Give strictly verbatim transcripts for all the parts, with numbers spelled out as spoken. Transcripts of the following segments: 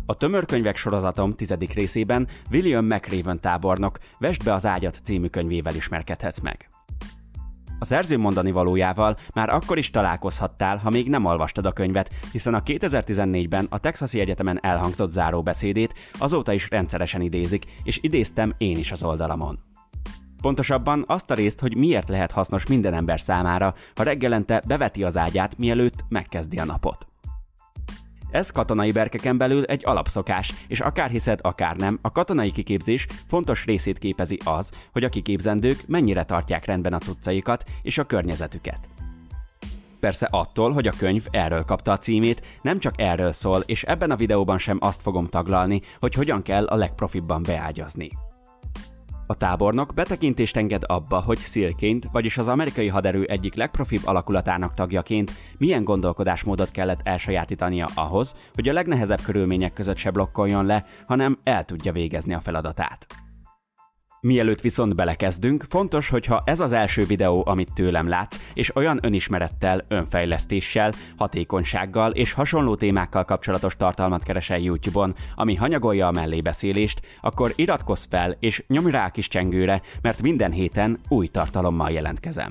A Tömörkönyvek sorozatom tizedik részében William McRaven tábornok Vesd be az ágyat című könyvével ismerkedhetsz meg. A szerző mondani valójával már akkor is találkozhattál, ha még nem olvastad a könyvet, hiszen a kétezer-tizennégyben a Texasi Egyetemen elhangzott záróbeszédét azóta is rendszeresen idézik, és idéztem én is az oldalamon. Pontosabban azt a részt, hogy miért lehet hasznos minden ember számára, ha reggelente beveti az ágyát, mielőtt megkezdi a napot. Ez katonai berkeken belül egy alapszokás, és akár hiszed, akár nem, a katonai kiképzés fontos részét képezi az, hogy a kiképzendők mennyire tartják rendben a cuccaikat és a környezetüket. Persze attól, hogy a könyv erről kapta a címét, nem csak erről szól, és ebben a videóban sem azt fogom taglalni, hogy hogyan kell a legprofibban beágyazni. A tábornok betekintést enged abba, hogy szílként, vagyis az amerikai haderő egyik legprofibb alakulatának tagjaként milyen gondolkodásmódot kellett elsajátítania ahhoz, hogy a legnehezebb körülmények között se blokkoljon le, hanem el tudja végezni a feladatát. Mielőtt viszont belekezdünk, fontos, hogyha ez az első videó, amit tőlem látsz, és olyan önismerettel, önfejlesztéssel, hatékonysággal és hasonló témákkal kapcsolatos tartalmat keresel YouTube-on, ami hanyagolja a mellébeszélést, akkor iratkozz fel és nyomj rá a kis csengőre, mert minden héten új tartalommal jelentkezem.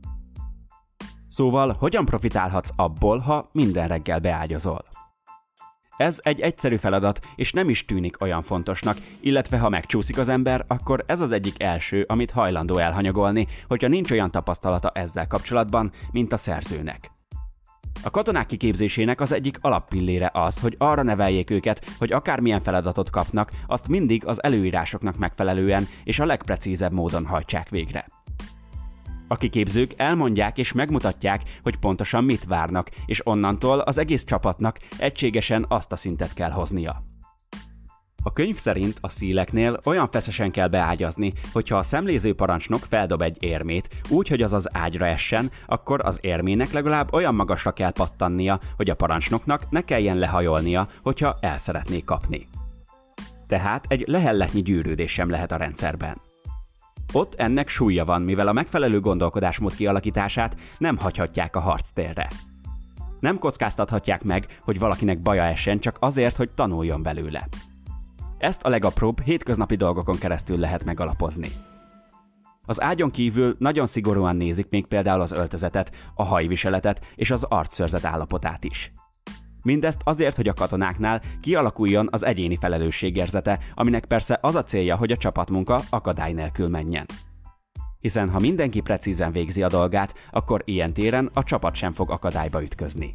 Szóval, hogyan profitálhatsz abból, ha minden reggel beágyazol? Ez egy egyszerű feladat, és nem is tűnik olyan fontosnak, illetve ha megcsúszik az ember, akkor ez az egyik első, amit hajlandó elhanyagolni, hogyha nincs olyan tapasztalata ezzel kapcsolatban, mint a szerzőnek. A katonák kiképzésének az egyik alappillére az, hogy arra neveljék őket, hogy akármilyen feladatot kapnak, azt mindig az előírásoknak megfelelően és a legprecízebb módon hajtsák végre. A kiképzők elmondják és megmutatják, hogy pontosan mit várnak, és onnantól az egész csapatnak egységesen azt a szintet kell hoznia. A könyv szerint a szíleknél olyan feszesen kell beágyazni, hogyha a szemléző parancsnok feldob egy érmét, úgy, hogy az az ágyra essen, akkor az érmének legalább olyan magasra kell pattannia, hogy a parancsnoknak ne kelljen lehajolnia, hogyha el szeretné kapni. Tehát egy lehelletnyi gyűrődés sem lehet a rendszerben. Ott ennek súlya van, mivel a megfelelő gondolkodásmód kialakítását nem hagyhatják a harctérre. Nem kockáztathatják meg, hogy valakinek baja essen csak azért, hogy tanuljon belőle. Ezt a legapróbb hétköznapi dolgokon keresztül lehet megalapozni. Az ágyon kívül nagyon szigorúan nézik még például az öltözetet, a hajviseletet és az arcszőrzet állapotát is. Mindezt azért, hogy a katonáknál kialakuljon az egyéni felelősségérzete, aminek persze az a célja, hogy a csapatmunka akadály nélkül menjen. Hiszen ha mindenki precízen végzi a dolgát, akkor ilyen téren a csapat sem fog akadályba ütközni.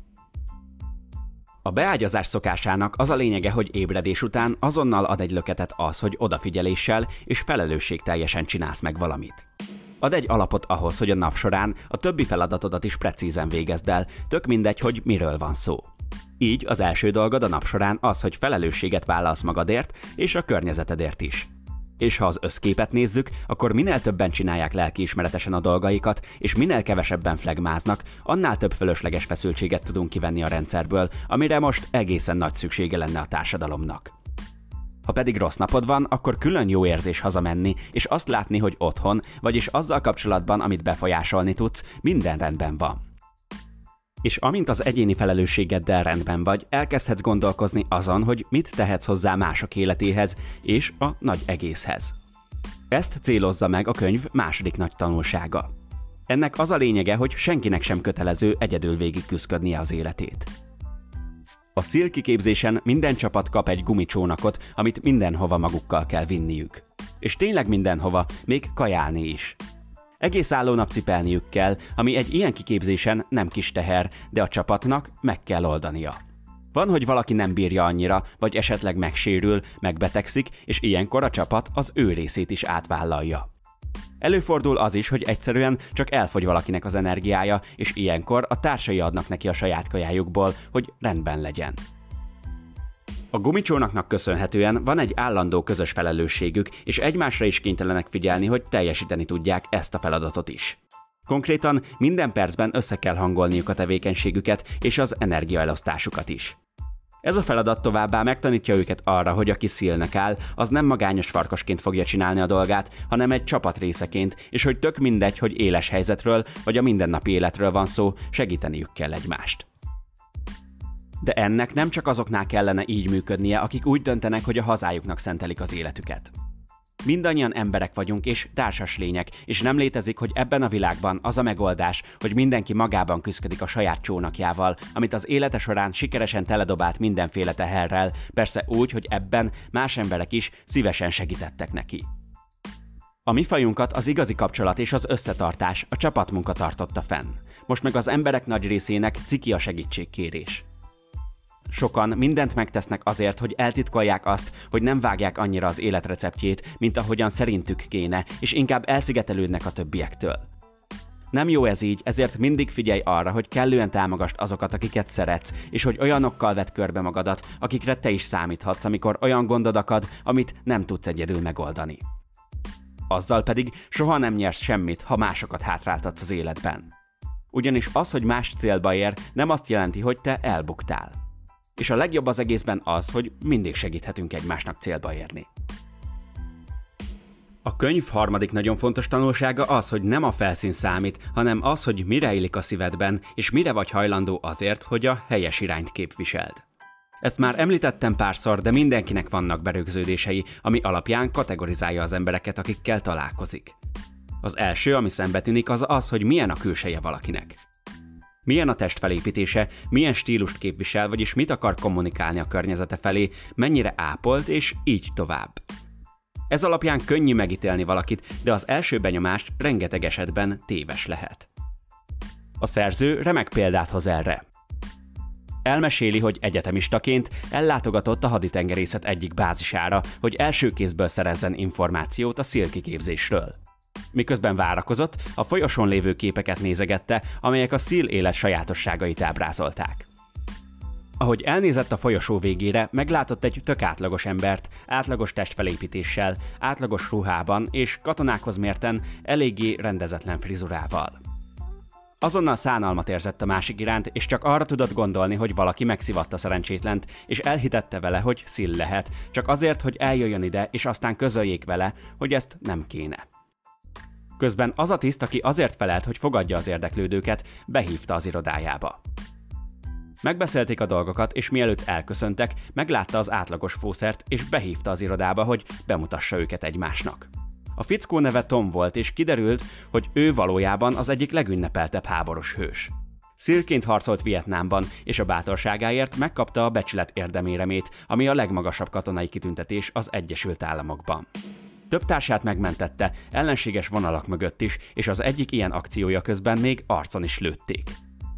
A beágyazás szokásának az a lényege, hogy ébredés után azonnal ad egy löketet az, hogy odafigyeléssel és felelősségteljesen csinálsz meg valamit. Ad egy alapot ahhoz, hogy a nap során a többi feladatodat is precízen végezd el, tök mindegy, hogy miről van szó. Így az első dolgod a nap során az, hogy felelősséget vállalsz magadért és a környezetedért is. És ha az összképet nézzük, akkor minél többen csinálják lelkiismeretesen a dolgaikat, és minél kevesebben flegmáznak, annál több fölösleges feszültséget tudunk kivenni a rendszerből, amire most egészen nagy szüksége lenne a társadalomnak. Ha pedig rossz napod van, akkor külön jó érzés hazamenni, és azt látni, hogy otthon, vagyis azzal kapcsolatban, amit befolyásolni tudsz, minden rendben van. És amint az egyéni felelősségeddel rendben vagy, elkezdhetsz gondolkozni azon, hogy mit tehetsz hozzá mások életéhez és a nagy egészhez. Ezt célozza meg a könyv második nagy tanulsága. Ennek az a lényege, hogy senkinek sem kötelező egyedül végig küszködnie az életét. A szíl kiképzésen minden csapat kap egy gumicsónakot, amit mindenhova magukkal kell vinniük. És tényleg mindenhova, még kajálni is. Egész álló nap cipelniük kell, ami egy ilyen kiképzésen nem kis teher, de a csapatnak meg kell oldania. Van, hogy valaki nem bírja annyira, vagy esetleg megsérül, megbetegszik, és ilyenkor a csapat az ő részét is átvállalja. Előfordul az is, hogy egyszerűen csak elfogy valakinek az energiája, és ilyenkor a társai adnak neki a saját kajájukból, hogy rendben legyen. A gumicsónaknak köszönhetően van egy állandó közös felelősségük, és egymásra is kénytelenek figyelni, hogy teljesíteni tudják ezt a feladatot is. Konkrétan minden percben össze kell hangolniuk a tevékenységüket és az energiaelosztásukat is. Ez a feladat továbbá megtanítja őket arra, hogy aki szílnek áll, az nem magányos farkasként fogja csinálni a dolgát, hanem egy csapat részeként, és hogy tök mindegy, hogy éles helyzetről vagy a mindennapi életről van szó, segíteniük kell egymást. De ennek nem csak azoknál kellene így működnie, akik úgy döntenek, hogy a hazájuknak szentelik az életüket. Mindannyian emberek vagyunk és társas lények, és nem létezik, hogy ebben a világban az a megoldás, hogy mindenki magában küszködik a saját csónakjával, amit az élete során sikeresen teledobált mindenféle teherrel, persze úgy, hogy ebben más emberek is szívesen segítettek neki. A mi fajunkat az igazi kapcsolat és az összetartás, a csapatmunka tartotta fenn. Most meg az emberek nagy részének ciki a segítségkérés. Sokan mindent megtesznek azért, hogy eltitkolják azt, hogy nem vágják annyira az életreceptjét, mint ahogyan szerintük kéne, és inkább elszigetelődnek a többiektől. Nem jó ez így, ezért mindig figyelj arra, hogy kellően támogasd azokat, akiket szeretsz, és hogy olyanokkal vedd körbe magadat, akikre te is számíthatsz, amikor olyan gondod akad, amit nem tudsz egyedül megoldani. Azzal pedig soha nem nyersz semmit, ha másokat hátráltatsz az életben. Ugyanis az, hogy más célba ér, nem azt jelenti, hogy te elbuktál. És a legjobb az egészben az, hogy mindig segíthetünk egymásnak célba érni. A könyv harmadik nagyon fontos tanulsága az, hogy nem a felszín számít, hanem az, hogy mire illik a szívedben, és mire vagy hajlandó azért, hogy a helyes irányt képviseld. Ezt már említettem párszor, de mindenkinek vannak berögződései, ami alapján kategorizálja az embereket, akikkel találkozik. Az első, ami szembetűnik, az az, hogy milyen a külseje valakinek. Milyen a testfelépítése, milyen stílust képvisel, vagyis mit akar kommunikálni a környezete felé, mennyire ápolt, és így tovább. Ez alapján könnyű megítélni valakit, de az első benyomás rengeteg esetben téves lehet. A szerző remek példát hoz erre. Elmeséli, hogy egyetemistaként ellátogatott a haditengerészet egyik bázisára, hogy első kézből szerezzen információt a szíl kiképzésről. Miközben várakozott, a folyosón lévő képeket nézegette, amelyek a szíl élet sajátosságait ábrázolták. Ahogy elnézett a folyosó végére, meglátott egy tök átlagos embert, átlagos testfelépítéssel, átlagos ruhában és katonákhoz mérten eléggé rendezetlen frizurával. Azonnal szánalmat érzett a másik iránt, és csak arra tudott gondolni, hogy valaki megszivatta szerencsétlent, és elhitette vele, hogy szíl lehet, csak azért, hogy eljöjjön ide, és aztán közöljék vele, hogy ezt nem kéne. Közben az a tiszt, aki azért felelt, hogy fogadja az érdeklődőket, behívta az irodájába. Megbeszélték a dolgokat, és mielőtt elköszöntek, meglátta az átlagos fószert, és behívta az irodába, hogy bemutassa őket egymásnak. A fickó neve Tom volt, és kiderült, hogy ő valójában az egyik legünnepeltebb háborús hős. Szílként harcolt Vietnámban, és a bátorságáért megkapta a becsület érdeméremét, ami a legmagasabb katonai kitüntetés az Egyesült Államokban. Több társát megmentette, ellenséges vonalak mögött is, és az egyik ilyen akciója közben még arcon is lőtték.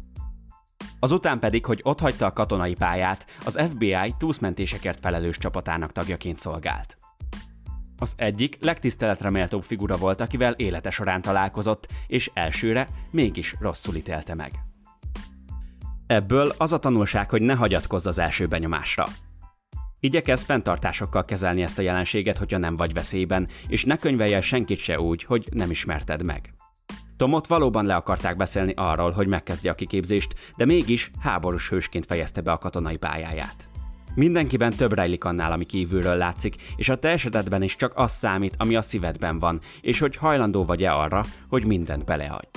Azután pedig, hogy otthagyta a katonai pályát, az ef bé i túszmentésekért felelős csapatának tagjaként szolgált. Az egyik legtiszteletre méltóbb figura volt, akivel élete során találkozott, és elsőre mégis rosszul ítélte meg. Ebből az a tanulság, hogy ne hagyatkozz az első benyomásra. Igyekezz fenntartásokkal kezelni ezt a jelenséget, hogyha nem vagy veszélyben, és ne könyvelj el senkit se úgy, hogy nem ismerted meg. Tomot valóban le akarták beszélni arról, hogy megkezdje a kiképzést, de mégis háborús hősként fejezte be a katonai pályáját. Mindenkiben több rejlik annál, ami kívülről látszik, és a te esetedben is csak az számít, ami a szívedben van, és hogy hajlandó vagy-e arra, hogy mindent beleadj.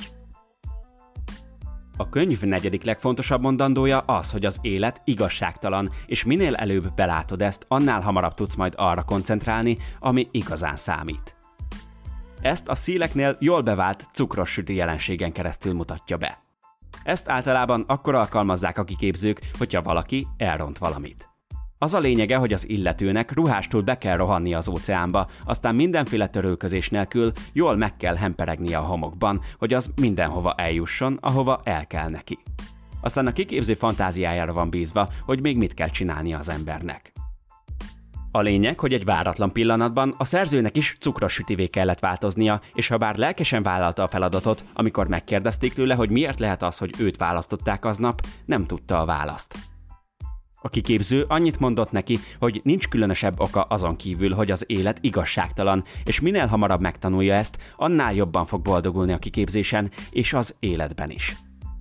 A könyv negyedik legfontosabb mondandója az, hogy az élet igazságtalan, és minél előbb belátod ezt, annál hamarabb tudsz majd arra koncentrálni, ami igazán számít. Ezt a szíleknél jól bevált cukros süti jelenségen keresztül mutatja be. Ezt általában akkor alkalmazzák a kiképzők, hogyha valaki elront valamit. Az a lényege, hogy az illetőnek ruhástól be kell rohannia az óceánba, aztán mindenféle törölközés nélkül jól meg kell hemperegnie a homokban, hogy az mindenhova eljusson, ahova el kell neki. Aztán a kiképző fantáziájára van bízva, hogy még mit kell csinálnia az embernek. A lényeg, hogy egy váratlan pillanatban a szerzőnek is cukros sütivé kellett változnia, és ha bár lelkesen vállalta a feladatot, amikor megkérdezték tőle, hogy miért lehet az, hogy őt választották aznap, nem tudta a választ. A kiképző annyit mondott neki, hogy nincs különösebb oka azon kívül, hogy az élet igazságtalan, és minél hamarabb megtanulja ezt, annál jobban fog boldogulni a kiképzésen, és az életben is.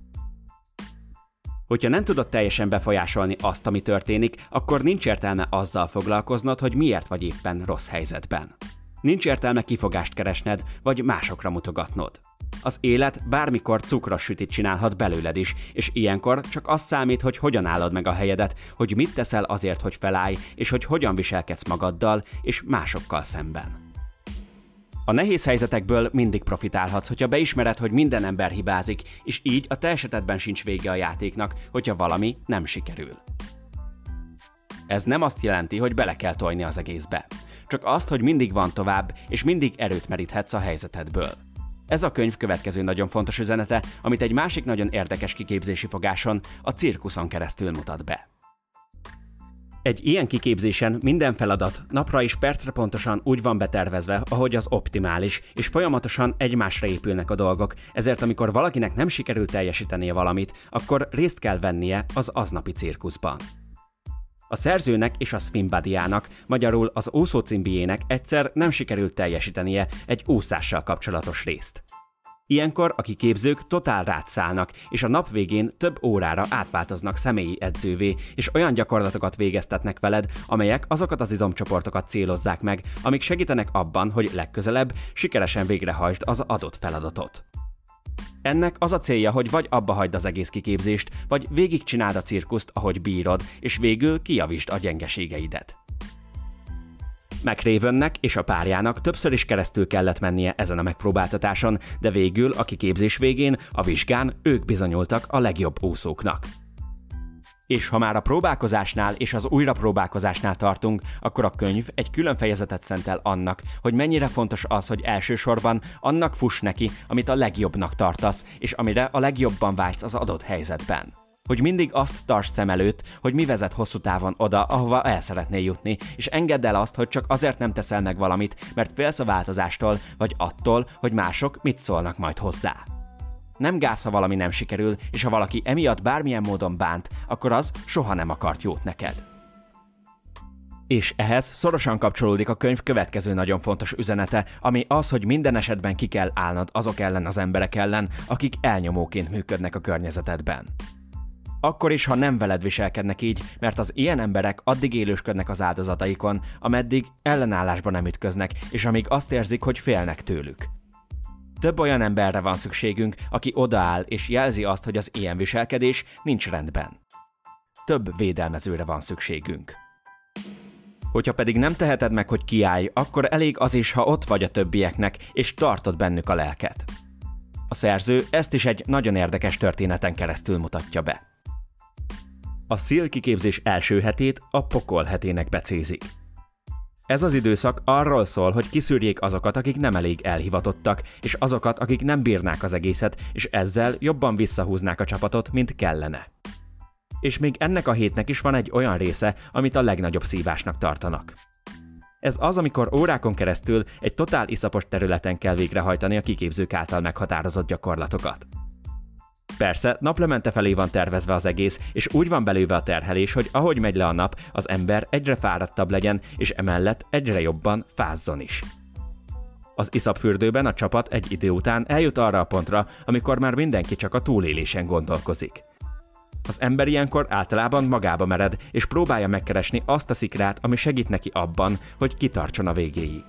Hogyha nem tudod teljesen befolyásolni azt, ami történik, akkor nincs értelme azzal foglalkoznod, hogy miért vagy éppen rossz helyzetben. Nincs értelme kifogást keresned, vagy másokra mutogatnod. Az élet bármikor cukros sütit csinálhat belőled is, és ilyenkor csak az számít, hogy hogyan állod meg a helyedet, hogy mit teszel azért, hogy felállj, és hogy hogyan viselkedsz magaddal és másokkal szemben. A nehéz helyzetekből mindig profitálhatsz, hogyha beismered, hogy minden ember hibázik, és így a te esetedben sincs vége a játéknak, hogyha valami nem sikerül. Ez nem azt jelenti, hogy bele kell tojni az egészbe. Csak azt, hogy mindig van tovább, és mindig erőt meríthetsz a helyzetedből. Ez a könyv következő nagyon fontos üzenete, amit egy másik nagyon érdekes kiképzési fogáson, a cirkuszon keresztül mutat be. Egy ilyen kiképzésen minden feladat napra és percre pontosan úgy van betervezve, ahogy az optimális, és folyamatosan egymásra épülnek a dolgok, ezért amikor valakinek nem sikerül teljesítenie valamit, akkor részt kell vennie az aznapi cirkuszban. A szerzőnek és a swim buddyjának, magyarul az úszócimbiének egyszer nem sikerült teljesítenie egy úszással kapcsolatos részt. Ilyenkor a kiképzők totál rád szállnak, és a nap végén több órára átváltoznak személyi edzővé, és olyan gyakorlatokat végeztetnek veled, amelyek azokat az izomcsoportokat célozzák meg, amik segítenek abban, hogy legközelebb sikeresen végrehajtsd az adott feladatot. Ennek az a célja, hogy vagy abba hagyd az egész kiképzést, vagy végigcsináld a cirkuszt, ahogy bírod, és végül kijavítsd a gyengeségeidet. McRavennek és a párjának többször is keresztül kellett mennie ezen a megpróbáltatáson, de végül a kiképzés végén, a vizsgán ők bizonyultak a legjobb úszóknak. És ha már a próbálkozásnál és az újrapróbálkozásnál tartunk, akkor a könyv egy külön fejezetet szentel annak, hogy mennyire fontos az, hogy elsősorban annak fuss neki, amit a legjobbnak tartasz, és amire a legjobban vágysz az adott helyzetben. Hogy mindig azt tartsd szem előtt, hogy mi vezet hosszú távon oda, ahova el szeretnél jutni, és engedd el azt, hogy csak azért nem teszel meg valamit, mert félsz a változástól, vagy attól, hogy mások mit szólnak majd hozzá. Nem gáz, ha valami nem sikerül, és ha valaki emiatt bármilyen módon bánt, akkor az soha nem akart jót neked. És ehhez szorosan kapcsolódik a könyv következő nagyon fontos üzenete, ami az, hogy minden esetben ki kell állnod azok ellen az emberek ellen, akik elnyomóként működnek a környezetedben. Akkor is, ha nem veled viselkednek így, mert az ilyen emberek addig élősködnek az áldozataikon, ameddig ellenállásba nem ütköznek, és amíg azt érzik, hogy félnek tőlük. Több olyan emberre van szükségünk, aki odaáll és jelzi azt, hogy az ilyen viselkedés nincs rendben. Több védelmezőre van szükségünk. Hogyha pedig nem teheted meg, hogy kiállj, akkor elég az is, ha ott vagy a többieknek, és tartod bennük a lelket. A szerző ezt is egy nagyon érdekes történeten keresztül mutatja be. A SEAL kiképzés első hetét a pokol hetének becézik. Ez az időszak arról szól, hogy kiszűrjék azokat, akik nem elég elhivatottak, és azokat, akik nem bírnák az egészet, és ezzel jobban visszahúznák a csapatot, mint kellene. És még ennek a hétnek is van egy olyan része, amit a legnagyobb szívásnak tartanak. Ez az, amikor órákon keresztül egy totál iszapos területen kell végrehajtani a kiképzők által meghatározott gyakorlatokat. Persze, naplemente felé van tervezve az egész, és úgy van belőve a terhelés, hogy ahogy megy le a nap, az ember egyre fáradtabb legyen, és emellett egyre jobban fázzon is. Az iszapfürdőben a csapat egy idő után eljut arra a pontra, amikor már mindenki csak a túlélésen gondolkozik. Az ember ilyenkor általában magába mered, és próbálja megkeresni azt a szikrát, ami segít neki abban, hogy kitartson a végéig.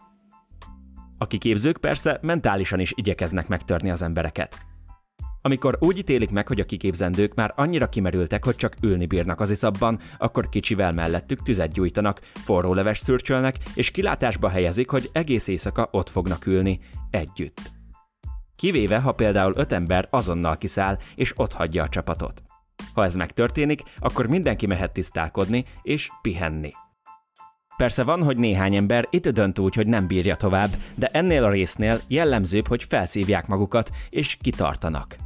A kiképzők persze mentálisan is igyekeznek megtörni az embereket. Amikor úgy ítélik meg, hogy a kiképzendők már annyira kimerültek, hogy csak ülni bírnak az iszapban, akkor kicsivel mellettük tüzet gyújtanak, forró levest szürcsölnek, és kilátásba helyezik, hogy egész éjszaka ott fognak ülni, együtt. Kivéve, ha például öt ember azonnal kiszáll, és ott hagyja a csapatot. Ha ez megtörténik, akkor mindenki mehet tisztálkodni és pihenni. Persze van, hogy néhány ember itt dönt úgy, hogy nem bírja tovább, de ennél a résznél jellemzőbb, hogy felszívják magukat és kitartanak.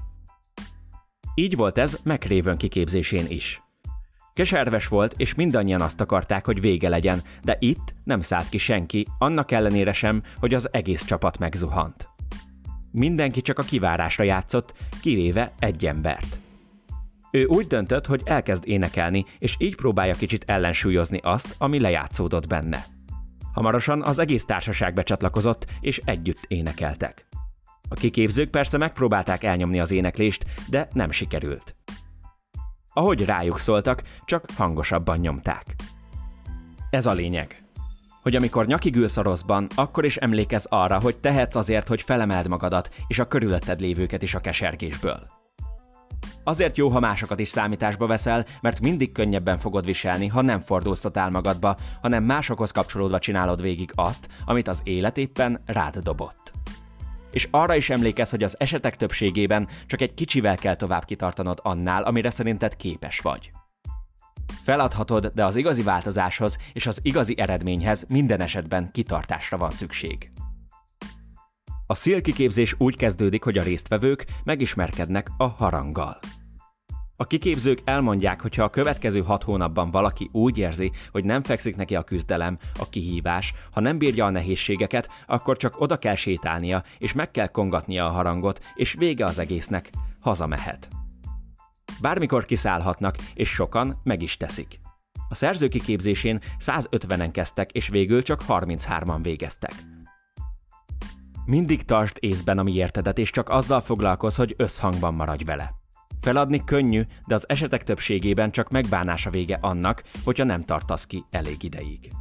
Így volt ez McRaven kiképzésén is. Keserves volt, és mindannyian azt akarták, hogy vége legyen, de itt nem szállt ki senki, annak ellenére sem, hogy az egész csapat megzuhant. Mindenki csak a kivárásra játszott, kivéve egy embert. Ő úgy döntött, hogy elkezd énekelni, és így próbálja kicsit ellensúlyozni azt, ami lejátszódott benne. Hamarosan az egész társaság becsatlakozott, és együtt énekeltek. A kiképzők persze megpróbálták elnyomni az éneklést, de nem sikerült. Ahogy rájuk szóltak, csak hangosabban nyomták. Ez a lényeg. hogy amikor nyakig ülsz a rosszban, akkor is emlékezz arra, hogy tehetsz azért, hogy felemeld magadat és a körülötted lévőket is a kesergésből. Azért jó, ha másokat is számításba veszel, mert mindig könnyebben fogod viselni, ha nem fordulsztatál magadba, hanem másokhoz kapcsolódva csinálod végig azt, amit az élet éppen rád dobott. És arra is emlékezz, hogy az esetek többségében csak egy kicsivel kell tovább kitartanod annál, amire szerinted képes vagy. Feladhatod, de az igazi változáshoz és az igazi eredményhez minden esetben kitartásra van szükség. A szél kiképzés úgy kezdődik, hogy a résztvevők megismerkednek a haranggal. A kiképzők elmondják, hogy ha a következő hat hónapban valaki úgy érzi, hogy nem fekszik neki a küzdelem, a kihívás, ha nem bírja a nehézségeket, akkor csak oda kell sétálnia, és meg kell kongatnia a harangot, és vége az egésznek, hazamehet. Bármikor kiszállhatnak, és sokan meg is teszik. A szerző kiképzésén százötvenen kezdtek, és végül csak harminchárman végeztek. Mindig tartsd észben a miértedet, és csak azzal foglalkozz, hogy összhangban maradj vele. Feladni könnyű, de az esetek többségében csak megbánás a vége annak, hogyha nem tartasz ki elég ideig.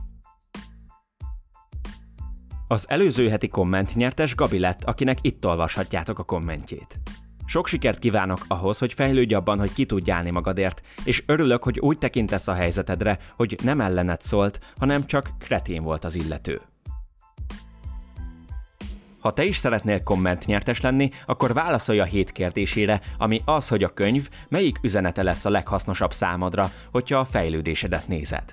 Az előző heti kommentnyertes Gabi lett, akinek itt olvashatjátok a kommentjét. Sok sikert kívánok ahhoz, hogy fejlődj abban, hogy ki tudj állni magadért, és örülök, hogy úgy tekintesz a helyzetedre, hogy nem ellened szólt, hanem csak kretén volt az illető. Ha te is szeretnél kommentnyertes lenni, akkor válaszolj a hét kérdésére, ami az, hogy a könyv melyik üzenete lesz a leghasznosabb számodra, hogyha a fejlődésedet nézed.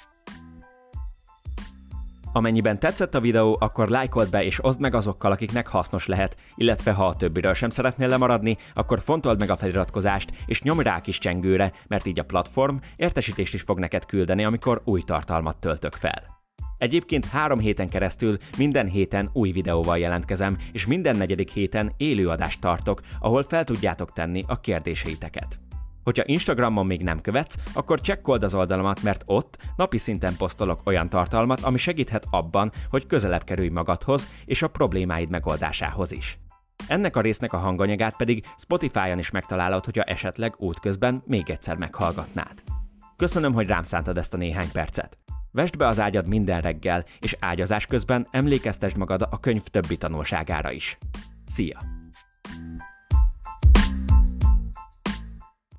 Amennyiben tetszett a videó, akkor lájkold be és oszd meg azokkal, akiknek hasznos lehet, illetve ha a többiről sem szeretnél lemaradni, akkor fontold meg a feliratkozást és nyomj rá a kis csengőre, mert így a platform értesítést is fog neked küldeni, amikor új tartalmat töltök fel. Egyébként három héten keresztül minden héten új videóval jelentkezem, és minden negyedik héten élőadást tartok, ahol fel tudjátok tenni a kérdéseiteket. Hogyha Instagramon még nem követsz, akkor csekkold az oldalamat, mert ott napi szinten posztolok olyan tartalmat, ami segíthet abban, hogy közelebb kerülj magadhoz és a problémáid megoldásához is. Ennek a résznek a hanganyagát pedig Spotify-on is megtalálod, hogyha esetleg útközben még egyszer meghallgatnád. Köszönöm, hogy rám szántad ezt a néhány percet. Vesd be az ágyad minden reggel, és ágyazás közben emlékeztesd magad a könyv többi tanulságára is. Szia!